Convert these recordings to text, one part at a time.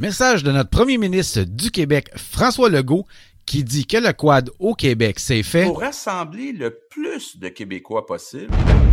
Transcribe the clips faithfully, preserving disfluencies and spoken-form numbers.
Message de notre premier ministre du Québec, François Legault, qui dit que le quad au Québec, c'est fait pour rassembler le plus de Québécois possible.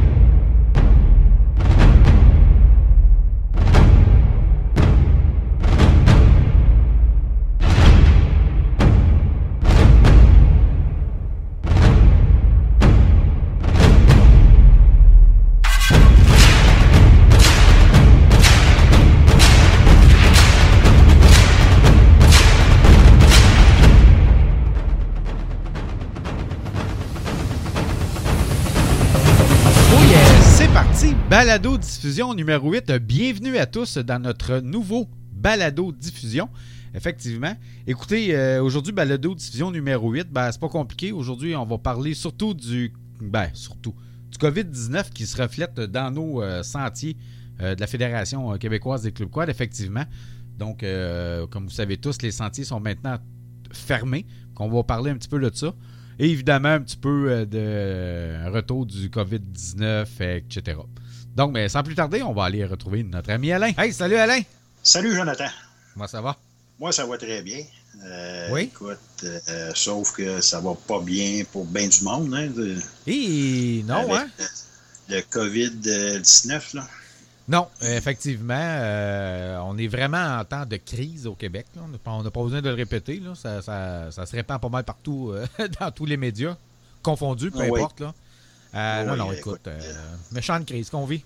Balado-diffusion numéro huit. Bienvenue à tous dans notre nouveau balado-diffusion. Effectivement. Écoutez, euh, aujourd'hui, balado-diffusion numéro huit, ben, c'est pas compliqué. Aujourd'hui, on va parler surtout du ben, surtout du covid dix-neuf qui se reflète dans nos euh, sentiers euh, de la Fédération québécoise des clubs quad, effectivement. Donc, euh, comme vous savez tous, les sentiers sont maintenant fermés. Donc, on va parler un petit peu de ça. Et évidemment, un petit peu de retour du covid dix-neuf, et cetera. Donc, ben, sans plus tarder, on va aller retrouver notre ami Alain. Hey, salut Alain! Salut Jonathan! Comment ça va? Moi, ça va très bien. Euh, oui? Écoute, euh, sauf que ça va pas bien pour bien du monde. Hein, de, Et non, hein? Le, le covid dix-neuf, là. Non, effectivement, euh, on est vraiment en temps de crise au Québec. Là. On n'a pas besoin de le répéter. Là. Ça, ça, ça se répand pas mal partout, euh, dans tous les médias, confondus, peu ah, importe. Oui. Là. Euh, oui, non, non, oui, écoute, écoute euh, euh... méchante crise qu'on vit.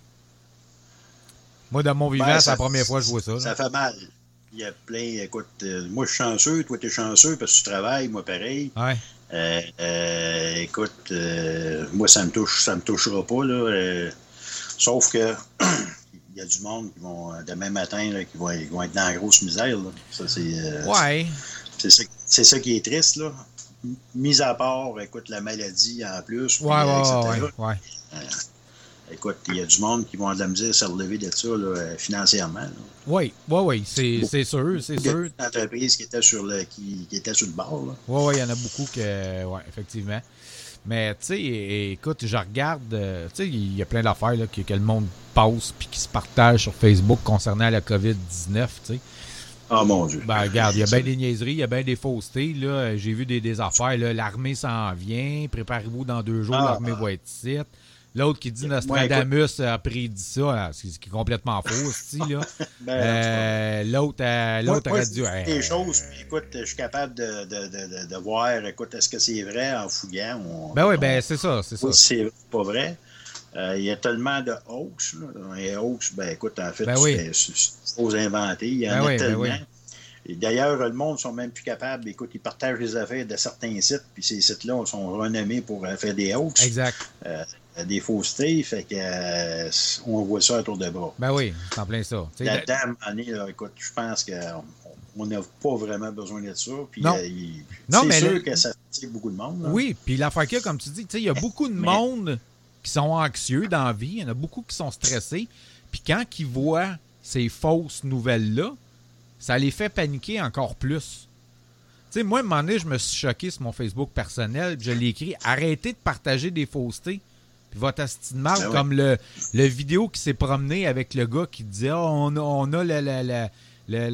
Moi, dans mon vivant, ben, c'est la première fois que je vois ça. Ça là. fait mal. Il y a plein, écoute, euh, moi je suis chanceux, toi tu es chanceux parce que tu travailles, moi pareil. Ouais. Euh, euh, écoute, euh, moi ça me touche, ça me touchera pas, là. Euh, sauf que il y a du monde qui vont, demain matin, là, qui vont, ils vont être dans la grosse misère. Là. Ça, c'est, euh, ouais. C'est, c'est, ça, c'est ça qui est triste, là. Mis à part, écoute, la maladie en plus. Ouais, puis, ouais, et cetera. ouais, ouais. Euh, écoute, il y a du monde qui vont avoir de la misère à se relever de ça, là, financièrement. Là. Oui, oui, oui, c'est, c'est sûr, c'est sûr. Il y a des entreprises qui étaient sur le, qui, qui étaient sur le bord. Oui, oui, il y en a beaucoup que, oui, effectivement. Mais, tu sais, écoute, je regarde, euh, tu sais, il y a plein d'affaires là, que, que le monde passe puis qui se partagent sur Facebook concernant la covid dix-neuf, tu sais. Ah, oh, mon Dieu. Ben, regarde, il y a bien des niaiseries, il y a bien des faussetés, là. J'ai vu des, des affaires, là. L'armée s'en vient, préparez-vous dans deux jours, ah, l'armée ah. va être ici. L'autre qui dit Nostradamus a prédit ça, là, ce qui est complètement faux, aussi, là. ben, euh, l'autre, euh, l'autre moi, aurait dit... Hey, des choses, puis écoute, je suis capable de, de, de, de voir, écoute, est-ce que c'est vrai en fouillant? On, ben oui, on, ben c'est ça, c'est ça. C'est pas vrai. Euh, il y a tellement de hoax, là. Les hoax, ben écoute, en fait, ben oui. c'est, c'est aux inventés. Il y en ben a oui, tellement. Ben oui. Et d'ailleurs, le monde ne sont même plus capables. Écoute, ils partagent les affaires de certains sites, puis ces sites-là sont renommés pour faire des hoax. Exact. Euh, des faussetés, fait que euh, on voit ça à tour de bras. Ben oui, c'est en plein ça. La dame, année, là, écoute, je pense qu'on n'a pas vraiment besoin de ça. Puis, non. Euh, il, non, c'est mais sûr le... que ça fatigue beaucoup de monde. Là. Oui, puis l'affaire qu'il y a, comme tu dis, il y a beaucoup de mais... monde qui sont anxieux dans la vie. Il y en a beaucoup qui sont stressés. Puis quand ils voient ces fausses nouvelles-là, ça les fait paniquer encore plus. Tu sais, moi, à un moment donné, je me suis choqué sur mon Facebook personnel. Je l'ai écrit « Arrêtez de partager des faussetés. » Puis votre asti de marde, ben comme oui. le, le vidéo qui s'est promené avec le gars qui disait oh, « on a, on a le, le, le, le,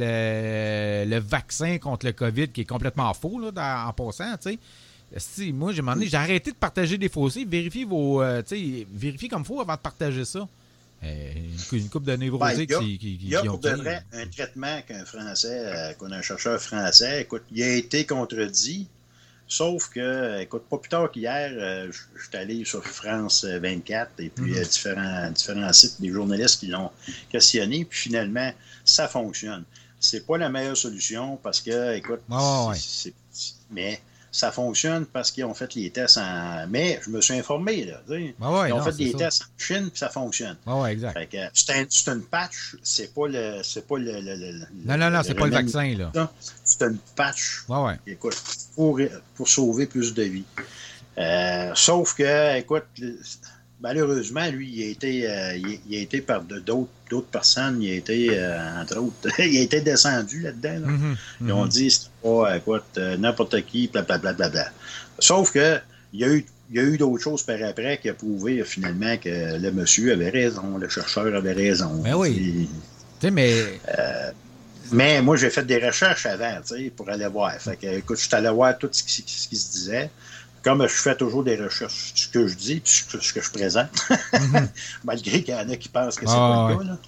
le, le vaccin contre le COVID qui est complètement faux là, dans, en passant. » Tu sais, moi, j'ai demandé, j'ai arrêté de partager des faussetés. Vérifiez vos, euh, tu sais, vérifiez comme il faut avant de partager ça. Euh, une, une couple de névrosés ben, qui, qui, qui Il y a pour ont de vrai un traitement qu'un Français, euh, qu'on a un chercheur français, écoute, il a été contredit, sauf que, écoute, pas plus tard qu'hier, euh, je suis allé sur France vingt-quatre et puis mm-hmm. euh, différents, différents sites, des journalistes qui l'ont questionné, puis finalement, ça fonctionne. C'est pas la meilleure solution parce que, écoute, oh, ouais. c'est, c'est, mais... ça fonctionne parce qu'ils ont fait les tests en... Mais je me suis informé, là. Ah ouais, ils ont non, fait des ça. tests en Chine, puis ça fonctionne. Ah ouais, exact. Fait que, c'est, un, c'est une patch, c'est pas le... C'est pas le, le, le non, non, non, le c'est pas le vaccin, là. Non, c'est une patch, ah ouais. écoute, pour, pour sauver plus de vies. Euh, sauf que, écoute, malheureusement, lui, il a été, euh, il, il a été par de, d'autres, d'autres personnes, il a été, euh, entre autres, il a été descendu là-dedans. Là. Mm-hmm, Ils mm-hmm. ont dit, c'est pas, écoute, euh, n'importe qui, blablabla. Bla, bla, bla. Sauf que, il y a eu, il y a eu d'autres choses par après qui a prouvé finalement que le monsieur avait raison, le chercheur avait raison. Ben oui. Tu sais, mais... Euh, Mais moi, j'ai fait des recherches avant, tu sais, pour aller voir. Fait que, écoute, je suis allé voir tout ce qui, ce qui se disait. Comme je fais toujours des recherches, ce que je dis, puis ce que je présente, mm-hmm. malgré qu'il y en a qui pensent que c'est ah, pas le ouais. cas, là.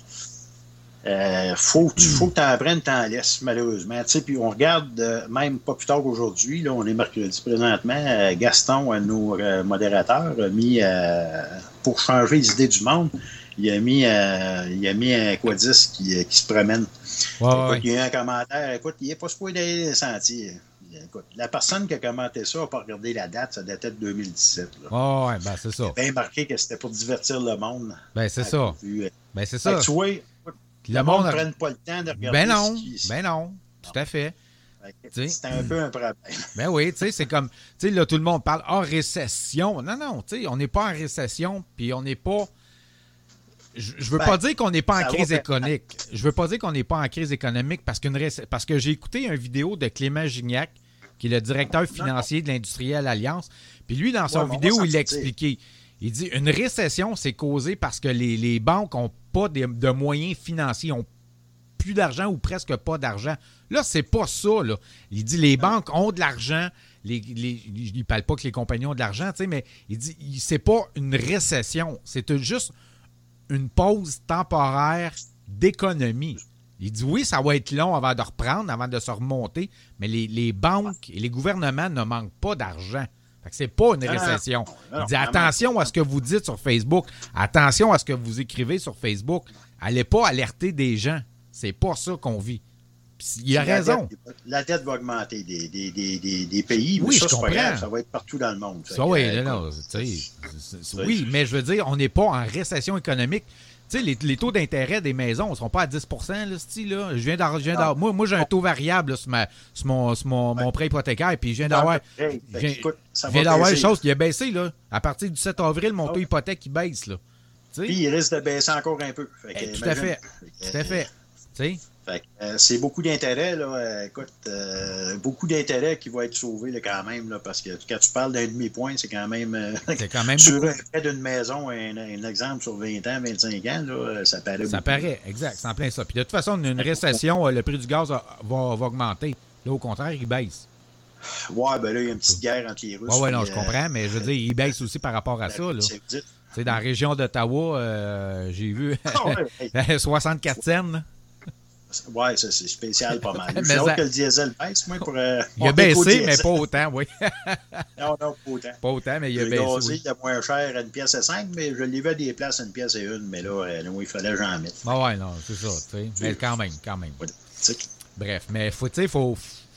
Euh, faut, tu, faut que tu en prennes, t'en laisses, malheureusement. Tu sais, puis on regarde, euh, même pas plus tard qu'aujourd'hui, là, on est mercredi présentement, euh, Gaston, euh, nos euh, modérateurs, a mis, euh, pour changer les idées du monde, il a mis, euh, il a mis un quadis qui, qui se promène. Ouais, écoute, ouais. Il y a eu un commentaire, écoute, il n'est pas supposé d'aller dans les sentiers. Écoute, la personne qui a commenté ça n'a pas regardé la date, ça datait de deux mille dix-sept. Là. Oh, ouais, ben c'est ça. Il a bien marqué que c'était pour divertir le monde. Ben c'est ça. Vu, ben c'est ça. Tu vois, le, le monde ne prenne pas le temps de regarder. Ben non, ce qui... ben non, tout à fait. C'est un peu un problème. Ben oui, tu sais, c'est comme, tu sais, là, tout le monde parle, ah, oh, récession. Non, non, tu sais, on n'est pas en récession, puis on n'est pas... Je, je veux ben, pas dire qu'on n'est pas en crise économique. Je veux pas dire qu'on n'est pas en crise économique parce, qu'une ré... parce que j'ai écouté une vidéo de Clément Gignac, qui est le directeur financier de l'Industrielle Alliance. Puis lui, dans son ouais, vidéo, il l'a expliqué. Il dit une récession, c'est causé parce que les, les banques n'ont pas de, de moyens financiers, ont plus d'argent ou presque pas d'argent. Là, c'est pas ça. Là. Il dit les banques ont de l'argent. Les, les, il ne parle pas que les compagnies ont de l'argent, mais il dit c'est pas une récession. C'est juste une pause temporaire d'économie. Il dit oui, ça va être long avant de reprendre, avant de se remonter, mais les, les banques et les gouvernements ne manquent pas d'argent. Fait que c'est pas une récession. Il dit attention à ce que vous dites sur Facebook, attention à ce que vous écrivez sur Facebook. Allez pas alerter des gens. C'est pas ça qu'on vit. Puis, il a la raison. Dette, la dette va augmenter des, des, des, des, des pays, mais oui, ça, je c'est comprends. pas grave, ça va être partout dans le monde. Ça, oui, euh, non, c'est, c'est, oui, mais je veux dire, on n'est pas en récession économique. Tu sais, les, les taux d'intérêt des maisons ne seront pas à dix pour cent, là, style, là. Je viens d'avoir, je viens d'avoir, moi, moi, j'ai un taux variable là, sur, ma, sur, mon, sur mon, ouais. mon prêt hypothécaire, puis je viens d'avoir, hey, je viens, écoute, je viens d'avoir une chose qui a baissé. Là. À partir du sept avril, mon taux hypothèque, il baisse. Là. Puis il risque de baisser encore un peu. Fait que, hey, tout, à fait. Fait que, tout à fait. Tu sais? Fait que, euh, c'est beaucoup d'intérêts, là. Euh, écoute, euh, beaucoup d'intérêts qui vont être sauvés là, quand même, là, parce que quand tu parles d'un demi-point, c'est quand même. Euh, c'est quand même sur un prêt d'une maison, un, un exemple sur vingt ans, vingt-cinq ans, là, ça paraît. Ça beaucoup. paraît, exact, c'est en plein ça. Puis de toute façon, une récession, le prix du gaz va, va, va augmenter. Là, au contraire, il baisse. Ouais, ben là, il y a une petite guerre entre les Russes. Ouais, ouais, non, puis, je comprends, mais je veux dire, il baisse aussi par rapport à ça, là. Tu sais, dans la région d'Ottawa, euh, j'ai vu oh, ouais. soixante-quatre cents, là. Oui, ça, c'est spécial pas mal. J'ai hâte que le diesel baisse, moi, pour... Euh, il a baissé, mais pas autant, oui. non, non, pas autant. Pas autant, mais il a le baissé, gazé, oui. il est moins cher à une pièce et cinq, mais je l'ai vu à des places à une pièce et une, mais là, euh, il fallait que j'en mette. Ah ouais, non, c'est ça, tu sais. Mais quand même, quand même. Ouais, bref, mais faut, tu sais, faut...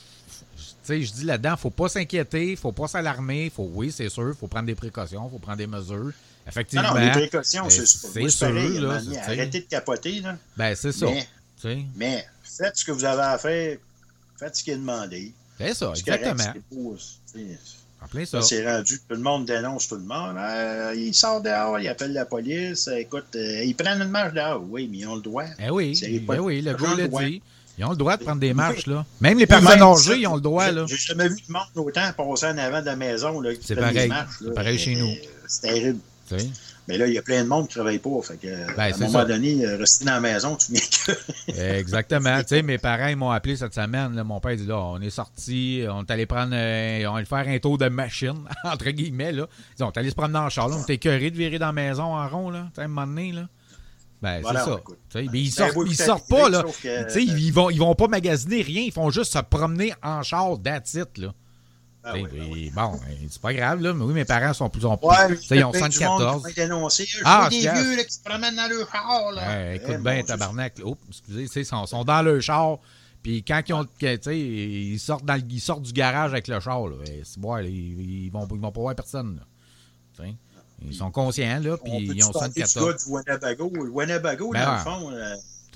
Tu sais, je dis là-dedans, faut pas s'inquiéter, faut pas s'alarmer, faut, oui, c'est sûr, faut prendre des précautions, faut prendre des mesures. Effectivement. Non, non, les précautions, c'est, c'est, c'est sûr, pareil, là. C'est, arrêtez de capoter, là. Ben, c'est ça. Mais, mais faites ce que vous avez à faire, faites ce qui est demandé. C'est ça, c'est exactement. Correct, c'est beau, c'est, en plein ça. C'est rendu que tout le monde dénonce tout le monde. Euh, il sort dehors, il appelle la police. Écoute, euh, ils prennent une marche dehors. Oui, mais ils ont le droit. Eh oui, c'est eh oui, le gars l'a dit. Ils ont le droit de prendre des marches, oui. là. Même les personnes âgées, ils ont le droit, là. J'ai jamais vu de monde autant passer en avant de la maison, là, qui c'est pareil, des marches, c'est pareil chez nous. C'est terrible. T'sais. Mais là, il y a plein de monde qui ne travaille pas. Fait que, ben, à un moment ça. donné, rester dans la maison, tu viens que... Exactement. Tu sais, mes parents ils m'ont appelé cette semaine. Là, mon père dit là, on est sortis, on est allé prendre, euh, on allait faire un tour de machine, entre guillemets. Là. Ils dit, on est allé se promener en char. Là, on était écœurés de virer dans la maison en rond, là, à un moment donné. Là. Ben, voilà, c'est ça. T'sais, mais ils sortent, ils sortent pas, là. Que, t'sais, ils, vont, ils vont pas magasiner rien. Ils font juste se promener en char, that's it, là. Ah oui, ben oui. Bon, c'est pas grave, là. Mais oui, mes parents sont plus en plus. Ouais, ils ont soixante-quatorze. Je ah, des vieux là, qui se promènent dans le char. Là. Ouais, écoute eh, bien, bon, tabarnak. Oh, excusez, ils sont, sont dans le char. Puis quand ils, ont, ils, sortent dans le, ils sortent du garage avec le char, là. Et c'est bon, ils, ils, vont, ils vont pas voir personne. Là. Ils sont conscients, là. Puis ils ont soixante-quatorze. Du Winnebago. Le Winnebago, ben, dans le fond. Euh,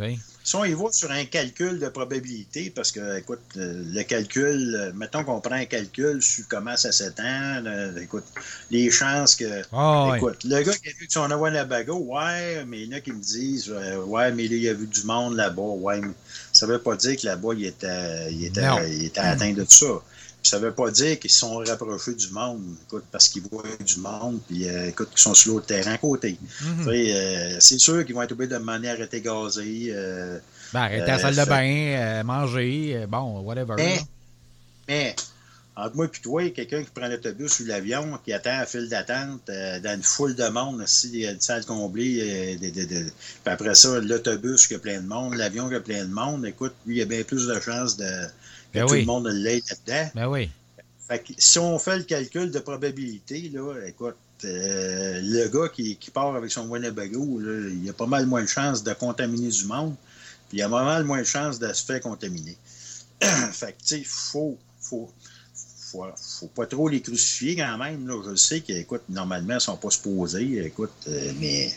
Si on y va sur un calcul de probabilité, parce que, écoute, le calcul, mettons qu'on prend un calcul sur comment ça s'étend, écoute, les chances que... Oh, écoute, ouais. le gars qui a vu que son Winnebago, ouais, mais il y en a qui me disent, ouais, mais là, il a vu du monde là-bas, ouais, mais ça veut pas dire que là-bas, il était, il était, il était atteint de ça. Puis ça veut pas dire qu'ils se sont rapprochés du monde, écoute, parce qu'ils voient du monde, puis euh, écoute, qu'ils sont sur l'autre terrain à côté. Mm-hmm. Euh, c'est sûr qu'ils vont être obligés de demander à arrêter gazer. Euh, Ben, arrêter à la salle de bain, euh, manger, euh, bon, whatever. Mais, là. mais entre moi et toi, quelqu'un qui prend l'autobus ou l'avion, qui attend à file d'attente euh, dans une foule de monde, aussi, une salle comblée, euh, de, de, de, puis après ça, l'autobus qui a plein de monde, l'avion qui a plein de monde, écoute, lui, il a bien plus de chances de, que ben tout oui. le monde l'ait là-dedans. Ben oui. Fait que si on fait le calcul de probabilité, là, écoute, euh, le gars qui, qui part avec son Winnebago, là, il a pas mal moins de chances de contaminer du monde, puis il a pas mal moins de chances de se faire contaminer. Fait que, tu sais, il faut, faut, faut, faut pas trop les crucifier quand même. Là. Je sais qu'écoute, normalement, ils ne sont pas supposés, écoute, euh, mais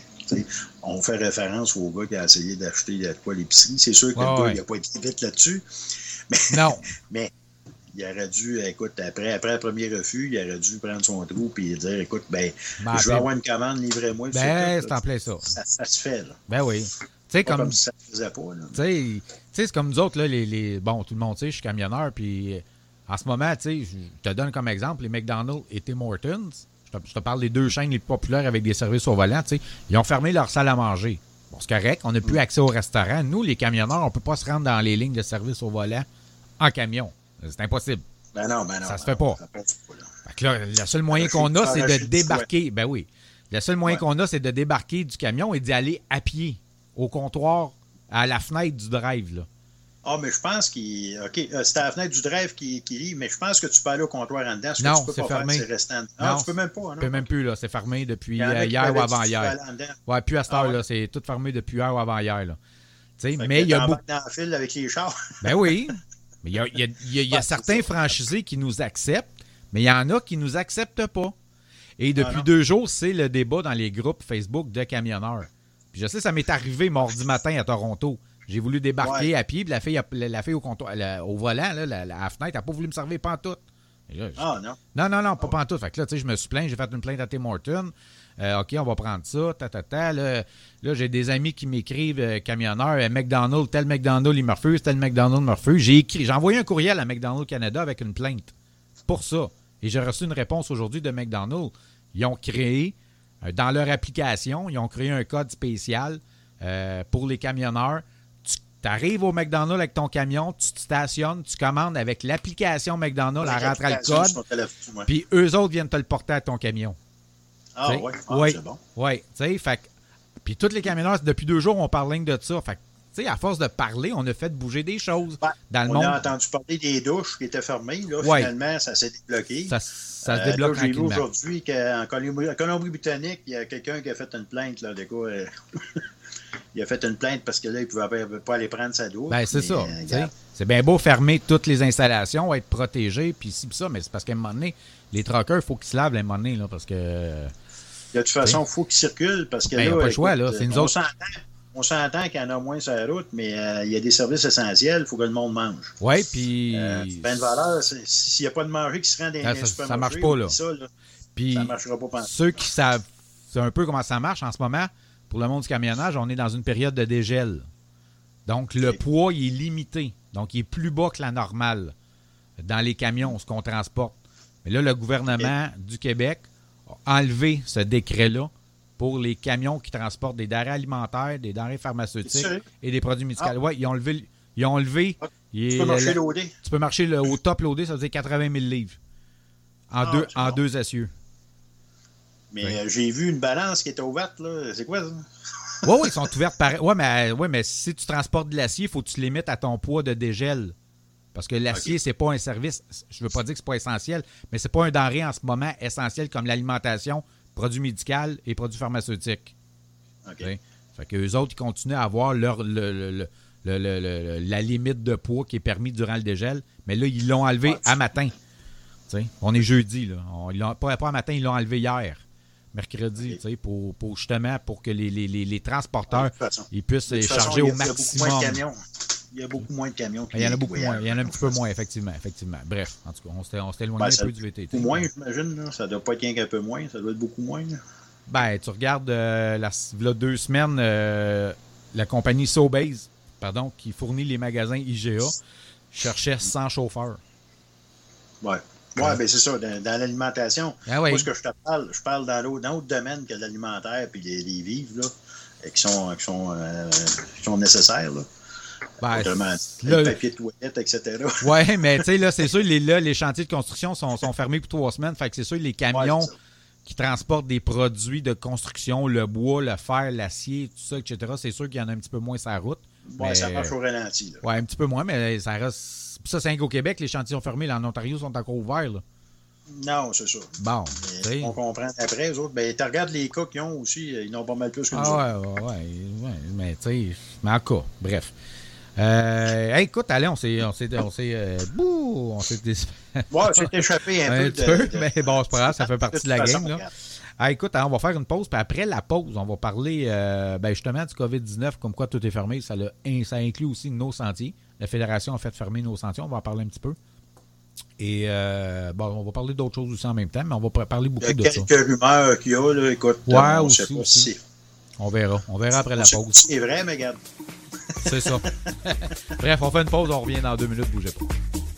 on fait référence au gars qui a essayé d'acheter de quoi à l'épicerie. C'est sûr que oh, le gars, ouais. il n'a pas été vite là-dessus. Mais, non. mais il aurait dû, écoute, après, après le premier refus, il aurait dû prendre son trou et dire, écoute, ben, ben je vais avoir une commande, livrez-moi. Ben, c'est en plein ça. ça. Ça se fait, là. Ben oui. Tu sais, comme, comme si ça ne faisait pas, là. Tu sais, c'est comme nous autres, là, les, les, bon, tout le monde sait, je suis camionneur, puis en ce moment, tu sais, je te donne comme exemple les McDonald's et Tim Hortons. Je te, je te parle des deux chaînes les plus populaires avec des services au volant, tu sais. Ils ont fermé leur salle à manger. Bon, c'est correct, on n'a plus accès au restaurant. Nous, les camionneurs, on ne peut pas se rendre dans les lignes de service au volant en camion. C'est impossible. Ben non, ben non. Ça ben se fait non, pas. Ça passe pas là. Fait que là, le seul moyen qu'on a, c'est de débarquer. Ben oui. Le seul moyen ouais. qu'on a, c'est de débarquer du camion et d'y aller à pied, au comptoir, à la fenêtre du drive, là. Ah, mais je pense qu'il. OK, euh, c'est à la fenêtre du drive qui, qui lit, mais je pense que tu peux aller au comptoir en dedans. Ce non, que tu peux c'est pas fermé. Faire, c'est rester en dedans. Non, tu peux même pas. Non, tu peux même plus, là. C'est fermé depuis euh, hier ou avant-hier. Ouais, puis à cette heure, ah, ouais. là, c'est tout fermé depuis hier ou avant-hier, là. Tu sais, mais il y a beaucoup. Dans le fil avec les chars. Ben oui. Mais il y a, il y a, il y a, il y a ouais, certains franchisés qui nous acceptent, mais il y en a qui nous acceptent pas. Et depuis ah, deux jours, c'est le débat dans les groupes Facebook de camionneurs. Puis je sais, ça m'est arrivé mardi matin à Toronto. J'ai voulu débarquer ouais. à pied, puis la fille, la, la fille au, comptoir, la, au volant, là, la, la, la fenêtre, elle n'a pas voulu me servir pantoute. Là, je... Ah non? Non, non, non, pas oh. pantoute. Fait que là, tu sais, je me suis plaint, j'ai fait une plainte à Tim Hortons. Euh, OK, on va prendre ça, ta, ta, ta. Là, là j'ai des amis qui m'écrivent, euh, camionneurs, euh, McDonald's, tel McDonald's, il me refuse, tel McDonald's me refuse. J'ai écrit, j'ai envoyé un courriel à McDonald's Canada avec une plainte pour ça. Et j'ai reçu une réponse aujourd'hui de McDonald's. Ils ont créé, euh, dans leur application, ils ont créé un code spécial euh, pour les camionneurs. Tu arrives au McDonald's avec ton camion, tu te stationnes, tu commandes avec l'application McDonald's, elle rentre le code, téléphone, ouais. Puis eux autres viennent te le porter à ton camion. Ah t'sais? ouais, ah, ouais, c'est bon. Oui, tu sais, fait puis tous les camionneurs, depuis deux jours, on parle de ça. Fait tu sais, à force de parler, on a fait bouger des choses ouais, dans le on monde. On a entendu parler des douches qui étaient fermées. Là, ouais. Finalement, ça s'est débloqué. Ça, ça se débloque euh, là, j'ai vu tranquillement. aujourd'hui qu'en Colombie-Britannique, il y a quelqu'un qui a fait une plainte. Là, de quoi, euh... il a fait une plainte parce que là, il ne pouvait pas aller prendre sa douche. Ben, c'est ça. Euh, c'est bien beau fermer toutes les installations, être protégé, puis ci, puis ça, mais c'est parce qu'à un moment donné, les truckers, il faut qu'ils se lavent à un moment donné, là, parce que... De toute façon, il faut qu'ils circulent, parce que ben, là, il n'y a pas le écoute, choix, là. C'est nous on autres... s'entend, on s'entend qu'il y en a moins sur la route, mais euh, il y a des services essentiels, il faut que le monde mange. Oui, puis... Euh, ben de valeur, s'il n'y a pas de manger qui se rend dans ça, les ça, ça marche pas, là. Ça, là, puis, ça marchera pas. Pendant ceux qui savent, c'est un peu comment ça marche en ce moment, pour le monde du camionnage, on est dans une période de dégel. Donc, le okay. poids, il est limité. Donc, il est plus bas que la normale dans les camions, ce qu'on transporte. Mais là, le gouvernement okay. du Québec a enlevé ce décret-là pour les camions qui transportent des denrées alimentaires, des denrées pharmaceutiques et des produits médicaux. Ah. Oui, ils ont enlevé... Ils ont enlevé ah. Tu est, peux marcher la, loadé. Tu peux marcher le, au top loadé, ça veut dire quatre-vingt mille livres. En, ah, deux, en bon. deux essieux. Mais oui. euh, j'ai vu une balance qui était ouverte, là. C'est quoi ça? Oui, oui, ils sont ouvertes par. Oui, mais, ouais, mais si tu transportes de l'acier, il faut que tu limites à ton poids de dégel. Parce que l'acier, okay. c'est pas un service. Je veux pas dire que c'est pas essentiel, mais c'est pas un denrée en ce moment essentiel comme l'alimentation, produits médicaux et produits pharmaceutiques. OK. T'sais? Fait qu'eux autres, ils continuent à avoir leur, le, le, le, le, le, le, la limite de poids qui est permis durant le dégel. Mais là, ils l'ont enlevé ah, à matin. T'sais? On est jeudi, là. On, ils l'ont, pas, pas à matin, ils l'ont enlevé hier. Mercredi, okay. pour, pour justement pour que les, les, les, les transporteurs ouais, ils puissent les charger façon, au maximum. Il y a beaucoup moins de camions. Il y en a beaucoup moins. Il y en a un petit peu moins, effectivement. effectivement. Bref, en tout cas, on s'était, on s'était éloigné ben, un peu du V T T. Moins, j'imagine. Là. Ça doit pas être rien qu'un peu moins. Ça doit être beaucoup moins. Là. Ben, tu regardes, euh, la, là, deux semaines, euh, la compagnie Sobeys, pardon, qui fournit les magasins I G A, cherchait cent chauffeurs. Ouais. Oui, ouais. bien c'est ça, dans, dans l'alimentation. Ah oui. Moi, ce que je te parle, je parle dans l'autre, dans l'autre domaine que l'alimentaire et les, les vivres là, qui sont, qui sont, euh, qui sont nécessaires. Là. Ben, Autrement, là, le papier de toilette, et cetera. Oui, mais tu sais, là, c'est sûr, les, là, les chantiers de construction sont, sont fermés pour trois semaines. Fait que c'est sûr, les camions Ouais, qui transportent des produits de construction, le bois, le fer, l'acier, tout ça, et cetera, c'est sûr qu'il y en a un petit peu moins sur la route. Ouais, mais... ça marche au ralenti. Oui, un petit peu moins, mais ça reste. Ça, c'est qu'au Québec, les chantiers sont fermés. Là, en Ontario, ils sont encore ouverts. Là. Non, c'est ça. Bon. Mais on comprend. Après, eux autres, ben, tu regardes les cas qu'ils ont aussi, ils n'ont pas mal plus que nous ah, autres. Ouais, ouais, ouais, ouais. Mais tu sais, mais en cas, bref. Euh, hey, écoute, allez, on s'est. On s'est. On s'est. Euh, bouh, on s'est. Ouais, j'ai échappé un, un peu. De, peu de, mais bon, c'est pas grave, ça fait partie de, de la façon, game. Là. Ah, écoute, hein, on va faire une pause, puis après la pause, on va parler euh, ben justement du covid dix-neuf, comme quoi tout est fermé. Ça, ça inclut aussi nos sentiers. La Fédération a fait fermer nos sentiers, on va en parler un petit peu. Et euh, bon, on va parler d'autres choses aussi en même temps, mais on va parler beaucoup de de ça. ça. Il y a quelques rumeurs qu'il y a, là, écoute, ouais, on aussi, sait pas aussi. si On verra. On verra après la pause. C'est vrai, mais regarde. C'est ça. Bref, on fait une pause, on revient dans deux minutes, bougez pas.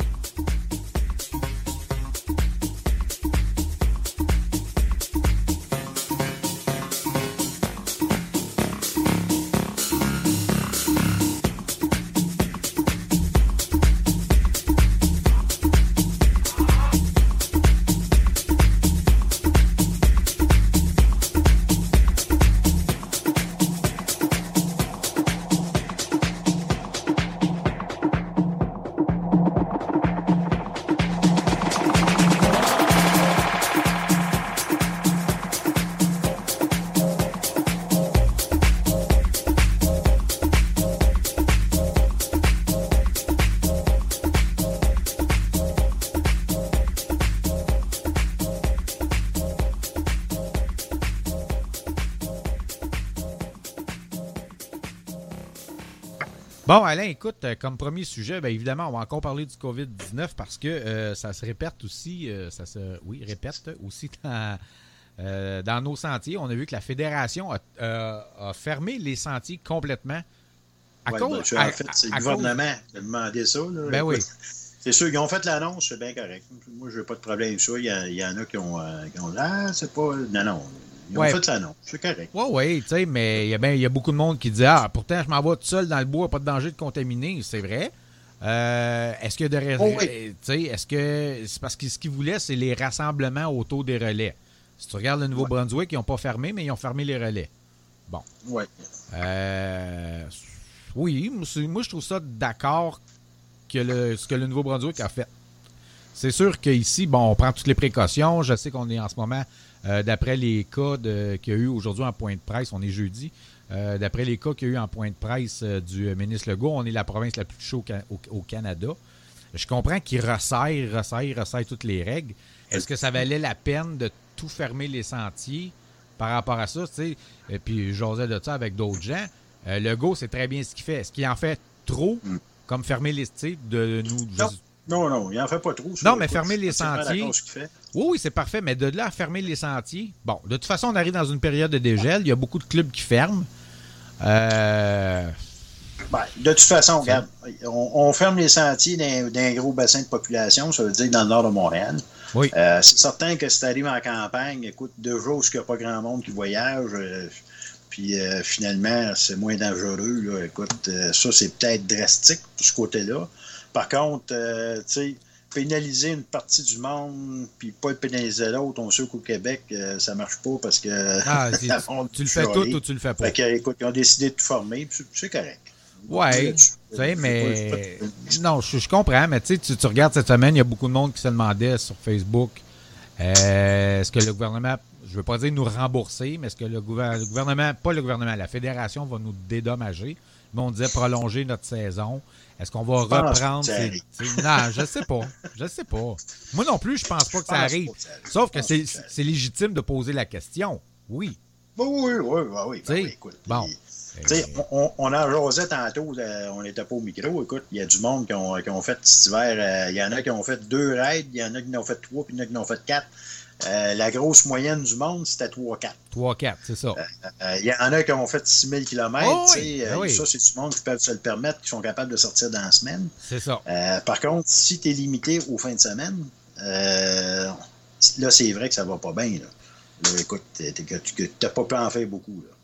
Bon, Alain, écoute, comme premier sujet, bien évidemment, on va encore parler du covid dix-neuf parce que euh, ça se répète aussi, euh, ça se, oui, répète aussi dans, euh, dans nos sentiers. On a vu que la Fédération a, euh, a fermé les sentiers complètement. À ouais, cause, ben, à, en fait, c'est à, le gouvernement qui a demandé ça. Là. Ben oui. C'est sûr, ils ont fait l'annonce, c'est bien correct. Moi, je n'ai pas de problème avec ça. Il y, a, il y en a qui ont, euh, qui ont dit, ah, c'est pas. Non, non. Ils ont ouais. fait l'annonce, c'est correct. Oui, oui, tu sais, mais il y, a ben, il y a beaucoup de monde qui dit, ah, pourtant, je m'en vais tout seul dans le bois, pas de danger de contaminer. C'est vrai. Euh, est-ce qu'il y a de raisons? Oh, oui. Tu sais, est-ce que c'est parce que ce qu'ils voulaient, c'est les rassemblements autour des relais? Si tu regardes le Nouveau-Brunswick, ils n'ont pas fermé, mais ils ont fermé les relais. Bon. Oui. Euh, oui, moi, je trouve ça d'accord que le, ce que le Nouveau-Brunswick a fait. C'est sûr qu'ici, bon, on prend toutes les précautions. Je sais qu'on est en ce moment, euh, d'après les cas de, qu'il y a eu aujourd'hui en point de presse, on est jeudi, euh, d'après les cas qu'il y a eu en point de presse euh, du ministre Legault, on est la province la plus chaude au, au, au Canada. Je comprends qu'il resserre, resserre, resserre toutes les règles. Est-ce que ça valait la peine de tout fermer les sentiers par rapport à ça? Tu sais? Et puis, j'osais de ça avec d'autres gens. Euh, Legault, c'est très bien ce qu'il fait. Est-ce qu'il en fait trop, mm. comme fermer les sentiers de nous... Non. Non, non, il n'en fait pas trop. Non, mais fermer les sentiers. Oui, oui, c'est parfait, mais de là à fermer les sentiers. Bon, de toute façon, on arrive dans une période de dégel. Il y a beaucoup de clubs qui ferment. Euh... Ben, de toute façon, regarde, on, on ferme les sentiers d'un, d'un gros bassin de population, ça veut dire dans le nord de Montréal. Oui. Euh, c'est certain que si tu arrives en campagne, écoute, deux jours où il n'y a pas grand monde qui voyage, euh, puis euh, finalement, c'est moins dangereux. Là. Écoute, euh, ça, c'est peut-être drastique de ce côté-là. Par contre, euh, tu sais, pénaliser une partie du monde, puis pas pénaliser l'autre, on sait qu'au Québec, euh, ça marche pas parce que... Ah, tu, tu le fais tout ou tu le fais pas? Fait que, écoute, ils ont décidé de tout former, puis c'est correct. Oui, tu sais, mais... Non, je, je comprends, mais tu, tu regardes cette semaine, il y a beaucoup de monde qui se demandait sur Facebook, euh, est-ce que le gouvernement, je veux pas dire nous rembourser, mais est-ce que le gouvernement, le gouvernement, pas le gouvernement, la Fédération va nous dédommager? Mais on disait prolonger notre saison. Est-ce qu'on va je reprendre ces, ces... Non, je sais pas. Je sais pas. Moi non plus, je pense pas que ça arrive. Ça arrive. Sauf que c'est, c'est légitime de poser la question. Oui. Oui, oui, oui. oui, oui, oui écoute, bon. Et... On, on en jasait tantôt, là, on n'était pas au micro. Écoute, il y a du monde qui ont, qui ont fait cet hiver. Euh, il y en a qui ont fait deux raids, il y en a qui en ont fait trois, puis il y en a qui en ont fait quatre. Euh, la grosse moyenne du monde, c'était trois quatre. trois quatre, c'est ça. Il euh, euh, y en a qui ont fait six mille kilomètres. Oh oui, euh, oui. Ça, c'est du monde qui peuvent se le permettre, qui sont capables de sortir dans la semaine. C'est ça. Euh, par contre, si tu es limité aux fins de semaine, euh, là, c'est vrai que ça va pas bien. Là. Là, écoute, tu n'as pas pu en faire beaucoup. Là.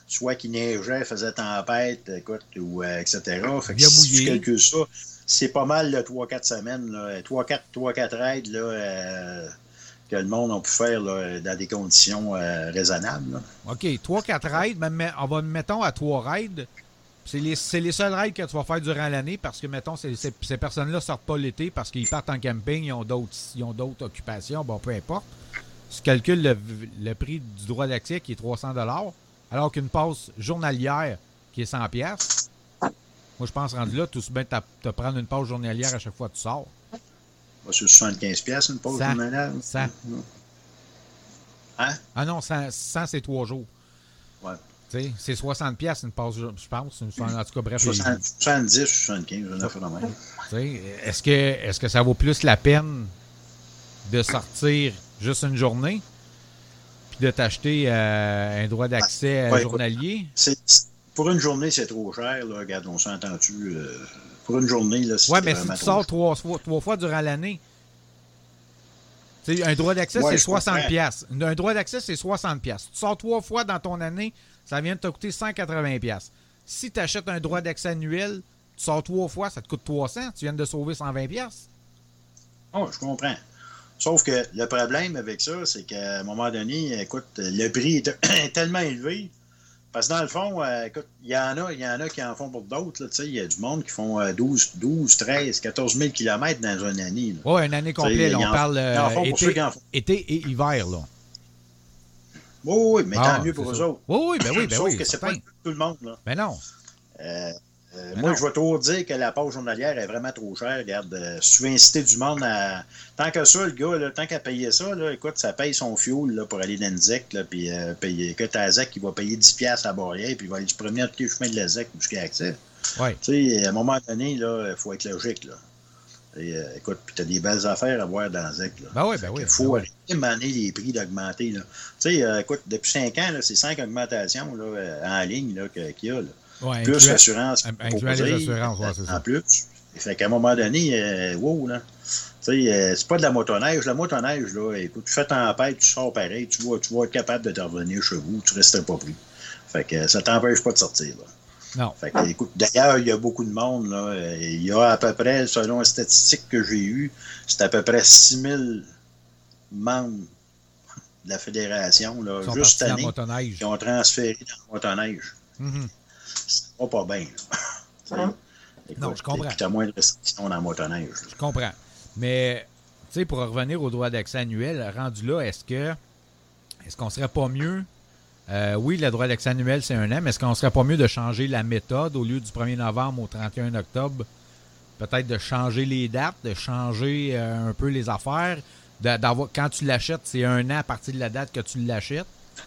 soit qu'il neigeait, faisait tempête, écoute, ou euh, et cetera. Fait que Bien si mouillé. tu calcules ça, c'est pas mal de trois quatre semaines, trois quatre raids là, euh, que le monde a pu faire là, dans des conditions euh, raisonnables. Là. OK, trois quatre raids, mais on va, mettons, à trois raids. C'est les, c'est les seuls raids que tu vas faire durant l'année parce que, mettons, c'est, c'est, ces personnes-là ne sortent pas l'été parce qu'ils partent en camping, ils ont d'autres, ils ont d'autres occupations, bon, peu importe. Tu calcules le, le prix du droit d'accès qui est trois cents dollars, alors qu'une passe journalière qui est cent dollars. Moi, je pense, rendu là, tout se bien te prendre une passe journalière à chaque fois que tu sors. C'est soixante-quinze dollars une pause journalière. cent. Hein? Ah non, cent, cent c'est trois jours. Ouais. T'sais, c'est soixante dollars une pause, je pense. En tout cas, bref. soixante-dix, soixante-quinze, j'en ai fait la même. Est-ce que, est-ce que ça vaut plus la peine de sortir juste une journée puis de t'acheter euh, un droit d'accès ouais, journalier? C'est, pour une journée, c'est trop cher. Là. Regarde, on s'entend-tu? Euh, pour une journée, là, c'est ouais, mais si tu sors trois fois, trois fois durant l'année, t'sais, un droit d'accès, ouais, c'est soixante dollars. Un droit d'accès, c'est soixante dollars. Si tu sors trois fois dans ton année, ça vient de te coûter cent quatre-vingts dollars. Si tu achètes un droit d'accès annuel, tu sors trois fois, ça te coûte trois cents. Tu viens de sauver cent vingt dollars. Oh, je comprends. Sauf que le problème avec ça, c'est qu'à un moment donné, écoute, le prix est tellement élevé. Parce que dans le fond, euh, écoute, il y en a, il y en a qui en font pour d'autres. Il y a du monde qui font euh, douze, douze, treize, quatorze mille kilomètres dans une année. Oui, une année complète. On en, parle euh, été, été et hiver. Là. Oui, oui, mais ah, tant mieux pour eux autres. Oui, oui, ben oui, ben Sauf oui, que c'est pas tout le monde. Là. Ben non. Euh, euh, ben moi, non. Je vais toujours dire que la pause journalière est vraiment trop chère. Regarde, euh, si tu veux inciter du monde à... Tant que ça, le gars, là, tant qu'à payer ça, là, écoute, ça paye son fuel là, pour aller dans une Z E C, puis euh, payer, que ta Z E C, il va payer dix dollars à la barrière, puis il va aller se promener à tous les chemins de la Z E C jusqu'à y accès. Ouais. Tu sais, à un moment donné, il faut être logique, là. Et, euh, écoute, puis t'as des belles affaires à voir dans la Z E C, là. Ben oui, ben oui. Il faut ben arrêter de demander les prix d'augmenter, là. Tu sais, euh, écoute, depuis cinq ans, là, c'est cinq augmentations, là, en ligne, là, qu'il y a, là. Ouais, plus incluant, l'assurance. Incluant les assurances, ouais, c'est ça. En plus. Fait qu'à un moment donné, euh, wow, là. Tu sais, euh, c'est pas de la motoneige. La motoneige, là, écoute, tu fais tempête, tu sors pareil, tu vas, tu vas être capable de te revenir chez vous, tu resteras pas pris. Fait que ça t'empêche pas de sortir, là. Non. Fait que, écoute, d'ailleurs, il y a beaucoup de monde, là. Il y a à peu près, selon les statistiques que j'ai eues, c'est à peu près six mille membres de la fédération, là, juste cette année, qui ont transféré dans la motoneige. Mm-hmm. Ça va pas bien, là. Écoute, non, je comprends. Tu as moins de restrictions dans la motoneige. Je comprends. Mais, tu sais, pour revenir au droit d'accès annuel, rendu là, est-ce que est-ce qu'on serait pas mieux... Euh, oui, le droit d'accès annuel, c'est un an, mais est-ce qu'on serait pas mieux de changer la méthode au lieu du premier novembre au trente et un octobre? Peut-être de changer les dates, de changer euh, un peu les affaires. De, d'avoir, quand tu l'achètes, c'est un an à partir de la date que tu l'achètes.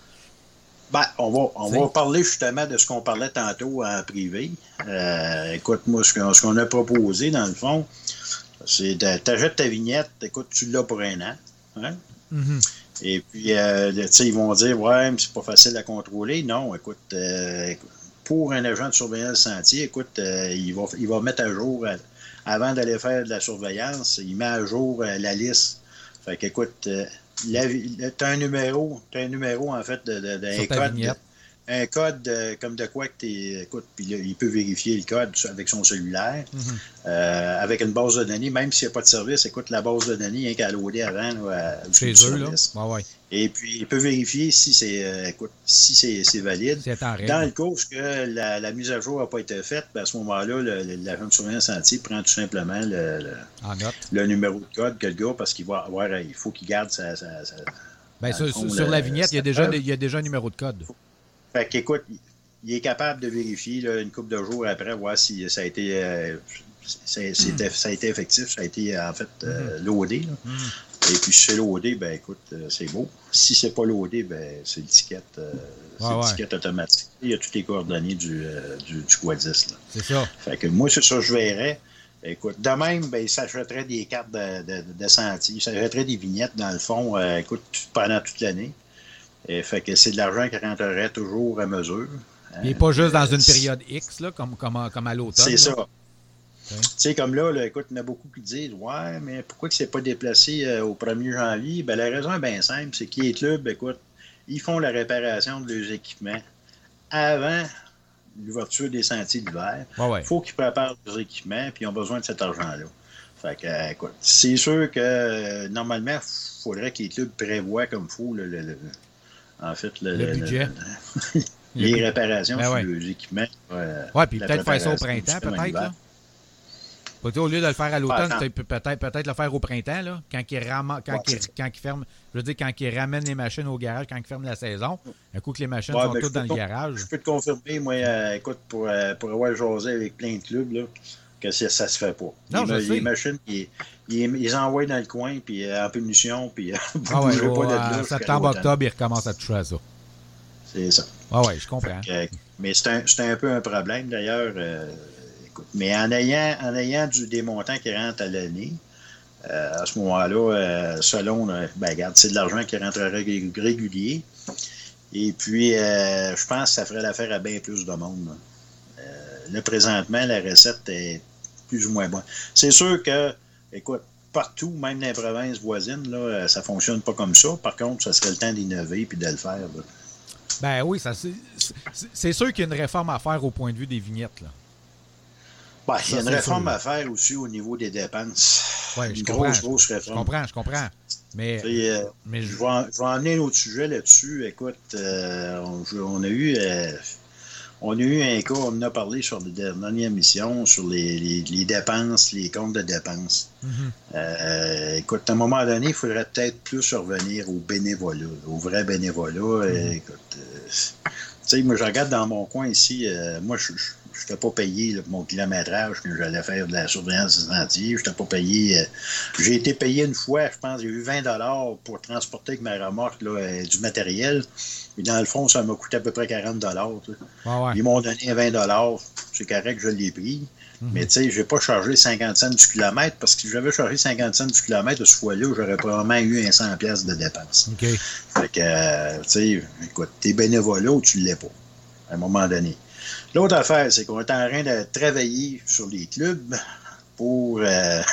Ben, on va, on va parler justement de ce qu'on parlait tantôt en privé. Euh, écoute, moi, ce qu'on, ce qu'on a proposé, dans le fond, c'est de t'achètes ta vignette, écoute, tu l'as pour un an. Hein? Mm-hmm. Et puis, euh, tu sais, ils vont dire, ouais, mais c'est pas facile à contrôler. Non, écoute, euh, pour un agent de surveillance sentier, écoute, euh, il, va, il va mettre à jour, euh, avant d'aller faire de la surveillance, il met à jour euh, la liste. Fait qu'écoute, euh, tu as un numéro, tu as un numéro, en fait, de, de, de un code. De, un code de, comme de quoi que tu écoute, puis là, il peut vérifier le code avec son cellulaire, mm-hmm. euh, avec une base de données, même s'il n'y a pas de service, écoute, la base de données, il y a qu'à loader avant. Là, à, chez eux, là. Ah, ouais. Et puis, il peut vérifier si c'est euh, écoute, si c'est, c'est valide. C'est en règle. Dans le cas où que la, la mise à jour n'a pas été faite, ben à ce moment-là, le, le, l'agent de surveillance sentier prend tout simplement le, le, en note. le numéro de code que le gars, parce qu'il va avoir, il faut qu'il garde sa... sa, sa ben, sur, fond, sur le, la vignette, il y, a déjà, il y a déjà un numéro de code. Fait qu'écoute, il est capable de vérifier là, une couple de jours après, voir si ça a été, euh, c'est, mm. ça a été effectif, ça a été en fait euh, mm. loadé. Là. Mm. Et puis si c'est loadé, ben écoute, euh, c'est beau. Si c'est pas loadé, ben c'est l'étiquette, euh, c'est ouais, l'étiquette ouais. automatique. Il y a toutes les coordonnées du, euh, du, du Quadis. Là. C'est ça. Fait que moi, c'est ça que je verrais. Écoute, de même, ben, il s'achèterait des cartes de, de, de sentier, il s'achèterait des vignettes, dans le fond, euh, écoute, pendant toute l'année. Et fait que c'est de l'argent qui rentrerait toujours à mesure. Il n'est pas juste dans une période X, là, comme, comme, comme à l'automne. C'est là. ça. Okay. Tu sais, comme là, là, écoute, il y en a beaucoup qui disent « Ouais, mais pourquoi que c'est pas déplacé euh, au premier janvier? » Ben, la raison est bien simple, c'est que les clubs, écoute, ils font la réparation de leurs équipements avant l'ouverture des sentiers d'hiver. Il ouais, ouais. faut qu'ils préparent leurs équipements, puis ils ont besoin de cet argent-là. Fait que, euh, écoute, c'est sûr que euh, normalement, il faudrait que les clubs prévoient comme il faut le, le, le, en fait le, le le budget. Le, les le, réparations ben sur ouais. leurs équipements. Euh, oui, puis peut-être faire ça au printemps, peut-être. Là. Au lieu de le faire à l'automne, peut-être peut-être le faire au printemps, là, quand ils ram... quand ouais, il... quand il ferment, je veux dire, quand ils ramènent les machines au garage, quand ils ferment la saison, un coup que les machines ouais, sont toutes dans le garage. Je peux te confirmer, moi, euh, écoute, pour, euh, pour avoir jasé avec plein de clubs, là, que ça, ça se fait pas. Non, les, je les sais. machines, ils, ils, ils les envoient dans le coin, puis euh, en punition, puis euh, ah ouais, oh, pas de là. En septembre-octobre, ils recommencent à toucher à ça. C'est ça. Ah ouais, je comprends. Que, mais c'est un, un peu un problème, d'ailleurs. Euh, écoute, mais en ayant, en ayant du, des montants qui rentrent à l'année, euh, à ce moment-là, euh, selon, euh, ben regarde, c'est de l'argent qui rentrerait régulier. Et puis, euh, je pense que ça ferait l'affaire à bien plus de monde. Là, euh, là présentement, la recette est plus ou moins bonne. C'est sûr que, écoute, partout, même dans les provinces voisines, là, ça ne fonctionne pas comme ça. Par contre, ça serait le temps d'innover et de le faire. Là. Ben oui, ça, c'est, c'est sûr qu'il y a une réforme à faire au point de vue des vignettes. Là. Ben, il y a une réforme sûr. à faire aussi au niveau des dépenses. Ouais, une je grosse, comprends, grosse réforme. Je comprends, je comprends. Mais, euh, mais je, vais en, je vais emmener un autre sujet là-dessus. Écoute, euh, on, on a eu... Euh, On a eu un cas, on en a parlé sur la dernière émission, sur les, les, les dépenses, les comptes de dépenses. Mm-hmm. Euh, écoute, à un moment donné, il faudrait peut-être plus revenir au bénévolat, au vrai bénévolat. Mm-hmm. Écoute, euh, tu sais, moi, je regarde dans mon coin ici, euh, moi, je je n'étais pas payé là, pour mon kilométrage quand j'allais faire de la surveillance des sentiers. Je n'étais pas payé. Euh, j'ai été payé une fois, je pense, j'ai eu vingt dollars pour transporter avec ma remorque là, euh, du matériel. Et dans le fond, ça m'a coûté à peu près quarante dollars. Ah ouais. Ils m'ont donné vingt dollars. C'est correct, je l'ai pris. Mm-hmm. Mais tu sais, je n'ai pas chargé cinquante cents du kilomètre parce que si j'avais chargé cinquante cents du kilomètre ce fois-là, j'aurais probablement eu un cent piastres de dépenses. Okay. Fait que, euh, tu sais, écoute, t'es bénévolat ou tu ne l'es pas, à un moment donné. L'autre affaire, c'est qu'on est en train de travailler sur les clubs pour, euh,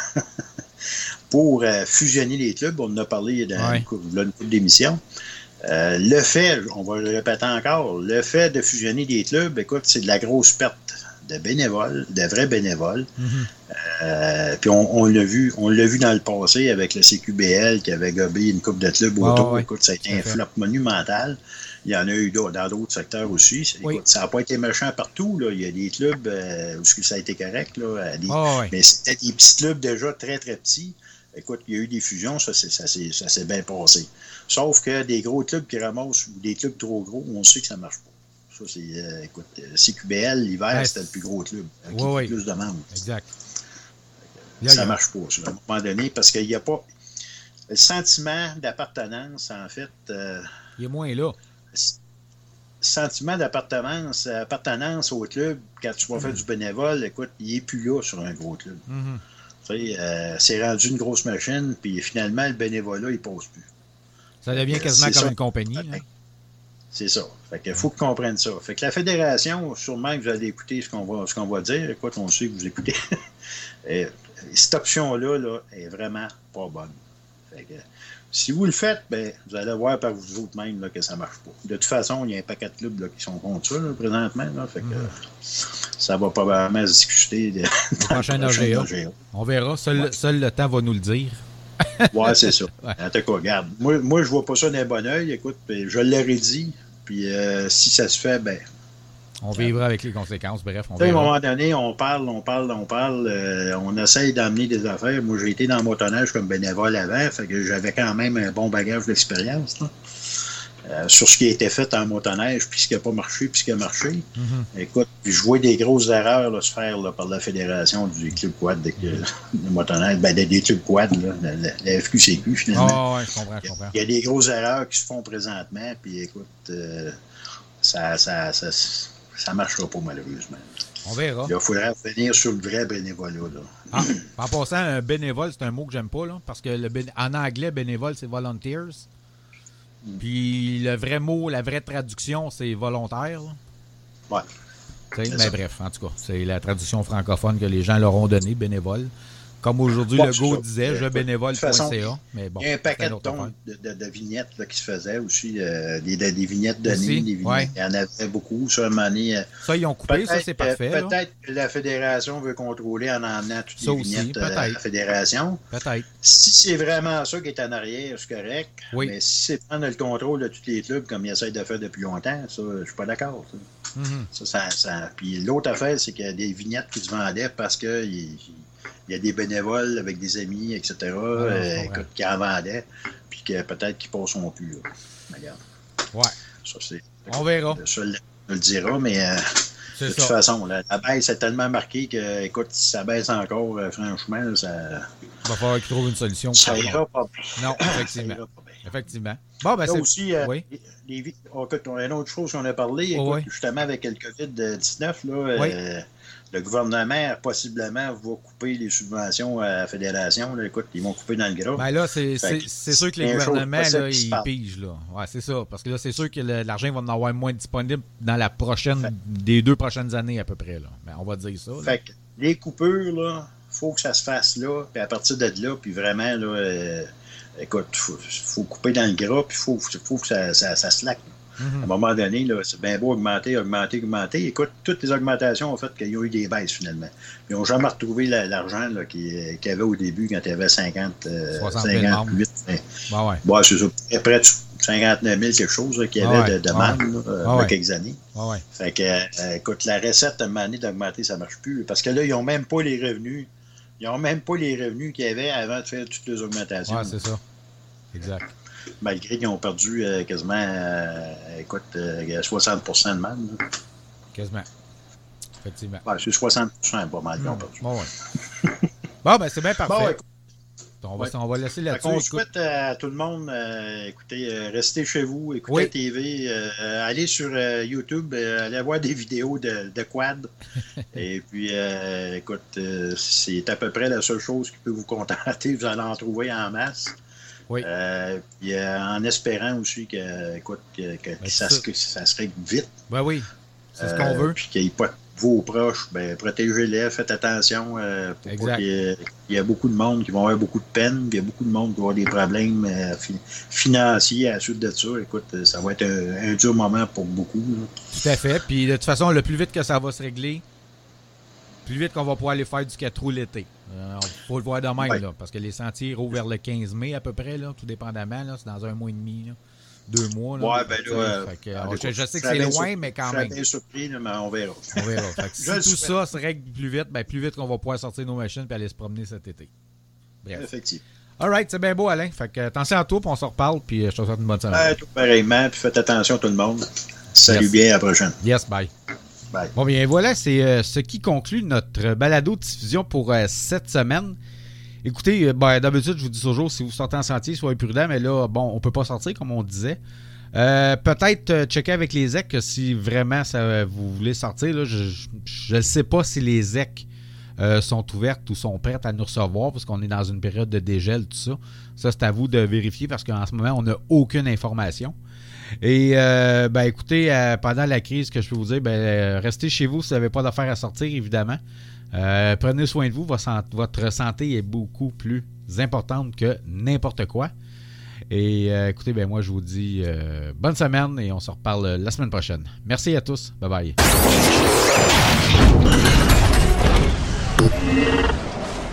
pour euh, fusionner les clubs. On en a parlé dans ouais. une couple d'émissions. Euh, le fait, on va le répéter encore, le fait de fusionner des clubs, écoute, c'est de la grosse perte de bénévoles, de vrais bénévoles. Mm-hmm. Euh, puis on, on l'a vu, on l'a vu dans le passé avec le C Q B L qui avait gobé une coupe de clubs autour. Oh, ouais. Écoute, ça a été un flop monumental. Il y en a eu dans d'autres secteurs aussi. Oui. Écoute, ça n'a pas été méchant partout. Là. Il y a des clubs euh, où ça a été correct. Là, des, oh, oui. Mais c'était des petits clubs déjà très, très petits. Écoute, il y a eu des fusions, ça, c'est, ça, c'est, ça s'est bien passé. Sauf que des gros clubs qui ramassent ou des clubs trop gros, on sait que ça ne marche pas. Ça, c'est, euh, écoute, C Q B L, l'hiver, ouais, c'était le plus gros club. Qui oui, a plus de membres. Exact. Ça ne marche pas, ça, à un moment donné, parce qu'il n'y a pas... Le sentiment d'appartenance, en fait... Euh, il est moins là. Sentiment d'appartenance appartenance au club, quand tu vas mm-hmm. faire du bénévole, écoute, il n'est plus là sur un gros club. Mm-hmm. Tu sais, euh, c'est rendu une grosse machine, puis finalement, le bénévolat, il ne passe plus. Ça devient quasiment euh, comme ça. Une compagnie. Hein? C'est ça. Fait qu'il faut qu'ils comprennent ça. Fait que la fédération, sûrement que vous allez écouter ce qu'on va, ce qu'on va dire. Écoute, on sait que vous écoutez. Et, cette option-là là, est vraiment pas bonne. Fait que, si vous le faites, ben, vous allez voir par vous autres même là, que ça ne marche pas. De toute façon, il y a un paquet de clubs là, qui sont contre ça là, présentement. Là, fait que, mm. ça va probablement se discuter de, de prochain A G A. On verra. Seul, ouais. seul le temps va nous le dire. Oui, c'est ça. Ouais. En tout cas, regarde. Moi, moi je ne vois pas ça d'un bon oeil. Écoute, je l'aurais dit. Puis euh, si ça se fait, ben. On vivra avec les conséquences. Bref, on verra. À un moment donné, on parle, on parle, on parle. Euh, on essaye d'amener des affaires. Moi, j'ai été dans le motoneige comme bénévole avant. Fait que j'avais quand même un bon bagage d'expérience. Là. Euh, sur ce qui a été fait en motoneige, puis ce qui n'a pas marché, puis ce qui a marché. Mm-hmm. Écoute, je vois des grosses erreurs là, se faire là, par la fédération du club quad de, de, de motoneige, ben, des, des clubs quad, là, la, la, la F Q C Q, finalement. Oh, ouais, je comprends, je comprends. Il y a des grosses erreurs qui se font présentement, puis écoute, euh, ça ça, ça, ça marchera pas, malheureusement. On verra. Il faudrait revenir sur le vrai bénévolat. Là. Ah, en passant, un bénévole, c'est un mot que j'aime pas, là, parce que le bé... en anglais, bénévole, c'est volunteers. Puis le vrai mot, la vraie traduction, c'est volontaire. Oui. Mais ça. Bref, en tout cas, c'est la traduction francophone que les gens leur ont donnée, bénévole. Comme aujourd'hui, Ouais, Legault c'est disait, ça. je bénévole point C A. De toute façon, Mais bon, il y a un c'est paquet une de autre tons affaire. de, de, de vignettes là, qui se faisaient aussi. Euh, des, des vignettes de Aussi, nez, des vignettes. ouais. Il y en avait beaucoup. Ça, à un moment donné, euh, Ça, ils ont coupé, ça, c'est parfait. euh, là. Peut-être que la Fédération veut contrôler en emmenant toutes Ça les aussi, vignettes euh, à peut-être. la Fédération. Peut-être. Si c'est vraiment ça qui est en arrière, c'est correct. Oui. Mais si c'est prendre le contrôle de tous les clubs comme ils essayent de faire depuis longtemps, ça, je suis pas d'accord. Ça. Mhm. Ça, ça, ça- Puis l'autre affaire, c'est qu'il y a des vignettes qui se vendaient parce que il, il y a des bénévoles avec des amis, et cetera, Ah, euh, je comprends. écoute, qui en vendaient, puis que peut-être qu'ils passeront plus. Là. Mais regarde, Ouais. ça, c'est, On verra. ça le, le dira, mais euh, de C'est toute ça. façon, la, la baisse est tellement marquée que, écoute, si ça baisse encore, euh, franchement, là, ça Il va falloir qu'ils trouvent une solution. ça pour ça. ira pas bien. Non, Ça effectivement. ira pas bien. Effectivement. Bon, ben Là c'est... aussi, euh, Oui. les, les vi- oh, écoute, on a une autre chose qu'on a parlé, Oh, écoute, oui. justement avec le covid dix-neuf, là, Oui. euh, le gouvernement possiblement va couper les subventions à la fédération. Là, écoute, ils vont couper dans le gras. Ben là, c'est, Fait c'est, que c'est sûr que les c'est une chose gouvernements, possible là, qui se ils parle. pigent, là. Ouais, c'est ça. Parce que là, c'est sûr que le- l'argent va en avoir moins disponible dans la prochaine, Fait- des deux prochaines années à peu près, là. Ben, on va dire ça. là. Fait que les coupures, là, faut que ça se fasse là, puis à partir de là, puis vraiment, là, euh, écoute, faut, faut couper dans le gras, puis faut, faut que ça, ça, ça slack. À Mhm. un moment donné, là, c'est bien beau augmenter, augmenter, augmenter. Écoute, toutes les augmentations ont fait qu'il y a eu des baisses finalement. Puis ils n'ont jamais retrouvé la- l'argent là, qu'il qu'il y avait au début quand il y avait cinquante, euh, soixante mille cinquante-huit. Ben ouais. Bon, c'est ça, près de cinquante-neuf mille quelque chose là, qu'il y avait Ah ouais, de demande là, euh, ah il y a ouais. quelques années. Ouais, ouais. Fait que, euh, écoute, la recette à un moment donné d'augmenter, ça ne marche plus. Parce que là, ils n'ont même pas les revenus. Ils n'ont même pas les revenus qu'il y avait avant de faire toutes les augmentations. Ouais, c'est ça. Exact. Malgré qu'ils ont perdu euh, quasiment, euh, écoute, euh, soixante pour cent de mal. là. Quasiment. Effectivement. Ouais, c'est soixante pour cent pas mal qu'ils ont Mhm. perdu. Bon, ouais. Bon, ben c'est bien parfait. Bon, écoute, on, va, ouais. on va laisser fait là-dessus. qu'on Écoute, souhaite à tout le monde, euh, écoutez, euh, restez chez vous, écoutez Oui. la T V, euh, allez sur euh, YouTube, euh, allez voir des vidéos de, de quad. Et puis, euh, écoute, euh, c'est à peu près la seule chose qui peut vous contenter. Vous allez en trouver en masse. Oui. Euh, puis, euh, en espérant aussi que, écoute, que, que- que ça, ça. se- que ça se règle vite. Ben oui. C'est ce Euh, qu'on veut. Puis qu'il n'y ait pas vos proches, ben, protégez-les, faites attention. Euh, pour Exact. pas qu'il y ait- il y a beaucoup de monde qui vont avoir beaucoup de peine, puis il y a beaucoup de monde qui vont avoir des problèmes euh, fi- financiers à la suite de ça. Écoute, euh, ça va être un, un dur moment pour beaucoup. là. Tout à fait. Puis de toute façon, le plus vite que ça va se régler, plus vite qu'on va pouvoir aller faire du quatre roues l'été. Il faut le voir de même, Ouais. là, parce que les sentiers rouvrent vers le quinze mai à peu près, là, tout dépendamment. Là, c'est dans un mois et demi, là, deux mois. Là, Ouais, ben Tu sais, là, euh, fait que, en alors, tout je, cas, je sais que je c'est serais bien loin, surpris- mais quand Je serais même. bien surpris, là, mais on verra. On verra. Fait que Je le si tout souhaite. ça se règle plus vite, ben, plus vite qu'on va pouvoir sortir nos machines et aller se promener cet été. Bref. Effectivement. All right, c'est bien beau, Alain. Fait que attention à toi, puis on se reparle, puis euh, je te souhaite une bonne semaine. Ouais, tout pareillement, puis faites attention tout le monde. Salut Yes. bien, à la prochaine. Yes, bye. Bye. Bon, bien voilà, c'est euh, ce qui conclut notre balado-diffusion pour euh, cette semaine. Écoutez, euh, ben, d'habitude, je vous dis toujours, si vous sortez en sentier, soyez prudents, mais là, bon, on peut pas sortir, comme on disait. Euh, peut-être euh, checker avec les E C que si vraiment ça, vous voulez sortir. Là, je ne sais pas si les E C euh, sont ouvertes ou sont prêtes à nous recevoir, parce qu'on est dans une période de dégel, tout ça. Ça, c'est à vous de vérifier, parce qu'en ce moment, on n'a aucune information. Et euh, ben écoutez, euh, pendant la crise, ce que je peux vous dire, ben euh, restez chez vous si vous n'avez pas d'affaires à sortir, évidemment. Euh, prenez soin de vous, votre, votre santé est beaucoup plus importante que n'importe quoi. Et euh, écoutez, ben moi je vous dis euh, bonne semaine et on se reparle la semaine prochaine. Merci à tous, bye bye.